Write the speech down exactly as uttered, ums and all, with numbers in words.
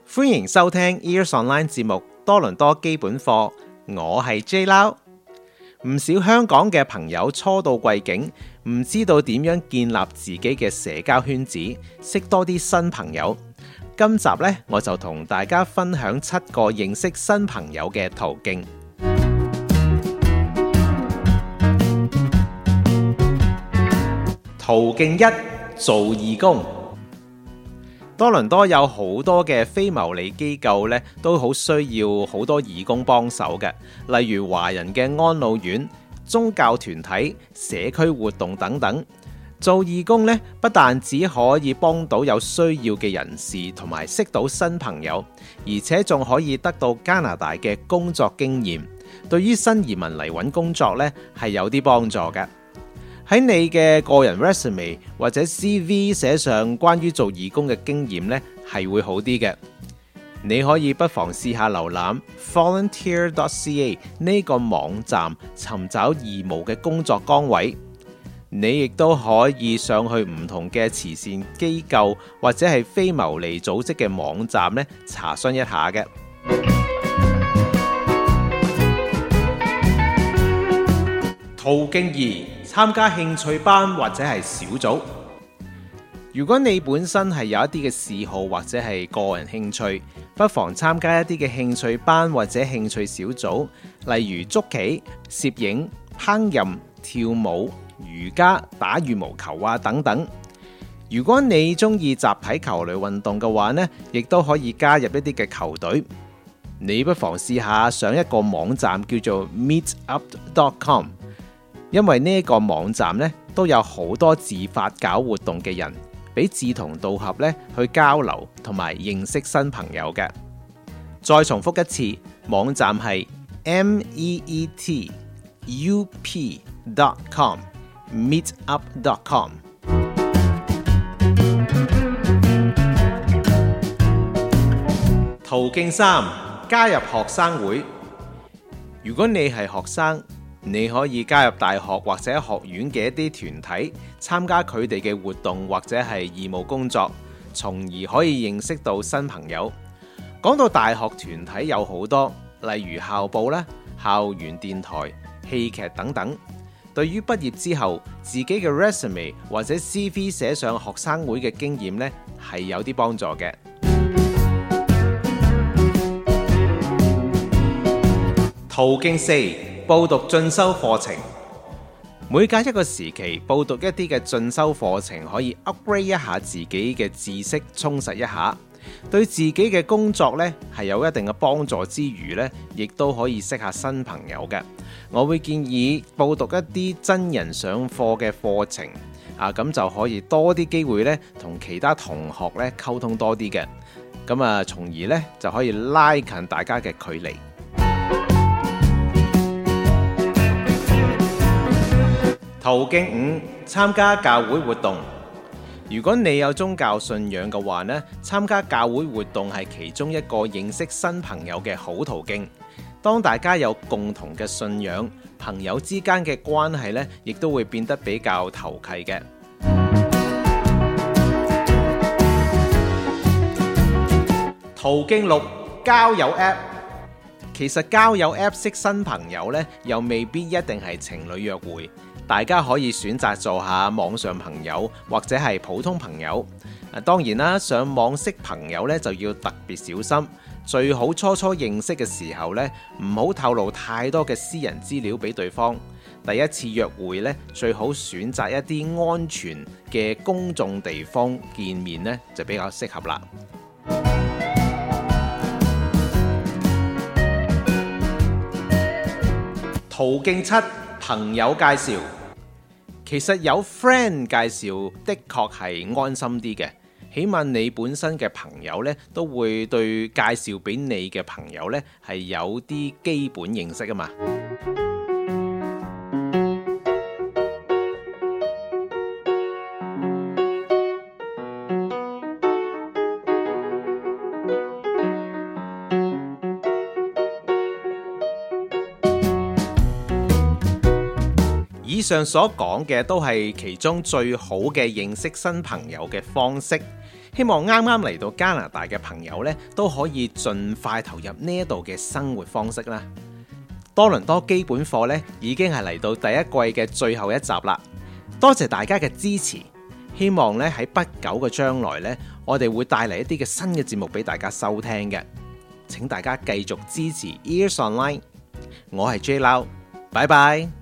歡迎收聽 Ears Online 節目多倫多基本課，我係 J Lau。唔少香港嘅朋友初到貴境，唔知道點樣建立自己嘅社交圈子，識多啲新朋友。今集呢，我就同大家分享七個認識新朋友嘅途徑。途徑一：做義工。多倫多有好多嘅非牟利機構咧，都好需要好多義工幫手嘅，例如華人嘅安老院、宗教團體、社區活動等等。做義工咧，不但只可以幫到有需要嘅人士，同埋識到新朋友，而且仲可以得到加拿大嘅工作經驗。對於新移民嚟揾工作咧，係有啲幫助嘅。喺你嘅個人 resume 或者 C V 寫上關於做義工嘅經驗呢，係會好啲嘅。你可以不妨試下瀏覽 volunteer dot c a 呢個網站，尋找義務嘅工作崗位。你亦都可以上去唔同嘅慈善機構或者係非牟利組織嘅網站呢，查詢一下嘅。途徑二：參加興趣班或者係小組。如果你本身係有一啲嘅嗜好或者係個人興趣，不妨參加一啲嘅興趣班或者興趣小組，例如捉棋、攝影、烹飪、跳舞、瑜伽、打羽毛球啊等等。如果你中意集體球類運動嘅話呢，亦都可以加入一啲嘅球隊。你不妨試下上一個網站叫做 meet up dot com。因為呢一個網站呢，都有好多自發搞活動嘅人，俾志同道合呢去交流同埋認識新朋友嘅。再重複一次，網站係 meet up dot com meet up dot com。途徑三：加入學生會。如果你係學生，你可以加入大學或者學院嘅一啲團體，參加佢哋嘅活動或者係義務工作，從而可以認識到新朋友。講到大學團體有好多，例如校報啦、校園電台、戲劇等等。對於畢業之後自己嘅 resume 或者 C V 寫上學生會嘅經驗呢，係有啲幫助嘅。途徑四：報讀進修課程。每隔一個時期報讀一啲嘅進修課程，可以 upgrade 一下自己嘅知識，充實一下，對自己嘅工作呢係有一定嘅幫助之餘呢，亦都可以識下新朋友嘅。我會建議報讀一啲真人上課嘅課程啊，咁就可以多啲機會呢同其他同學呢溝通多啲嘅，咁啊，從而呢就可以拉近大家嘅距離。途徑五：參加教會活動。如果你有宗教信仰嘅話呢，參加教會活動係其中一個認識新朋友嘅好途徑。當大家有共同嘅信仰，朋友之間嘅關係呢，亦都會變得比較投契嘅。途徑六：交友 App。其實交友 App 識新朋友呢，又未必一定係情侶約會。大家可以選擇做下網上朋友或者係普通朋友。當然啦，上網識朋友呢就要特別小心，最好初初認識嘅時候呢，唔好透露太多嘅私人資料俾對方。第一次約會呢，最好選擇一啲安全嘅公眾地方見面呢，就比較適合啦。途徑七：朋友介紹。其實有 friend 介紹的確係安心啲嘅，起碼你本身嘅朋友呢都會對介紹俾你嘅朋友呢係有啲基本認識啊嘛。以上所講嘅都係其中最好嘅認識新朋友嘅方式， 希望啱啱嚟到加拿大嘅朋友呢，都可以盡快投入呢一度嘅生活方式啦。多倫多基本課呢，已經係嚟到第一季嘅最後一集啦，多謝大家嘅支持。希望咧喺不久嘅將來呢，我哋會帶嚟一啲嘅新嘅節目俾大家收聽嘅。請大家繼續支持 Ears Online， 我係 J Lau，拜拜。